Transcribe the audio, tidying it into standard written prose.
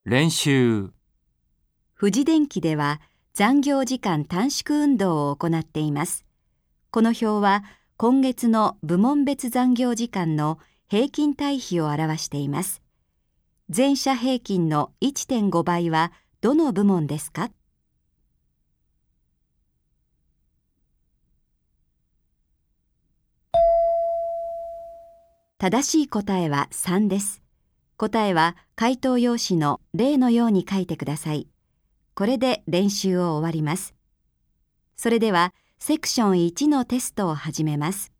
練習。 富士電機では残業時間短縮運動を行っています。この表は今月の部門別残業時間の平均対比を表しています。全社平均の 1.5 倍はどの部門ですか？正しい答えは3です。答えは回答用紙の例のように書いてください。これで練習を終わります。それではセクション1のテストを始めます。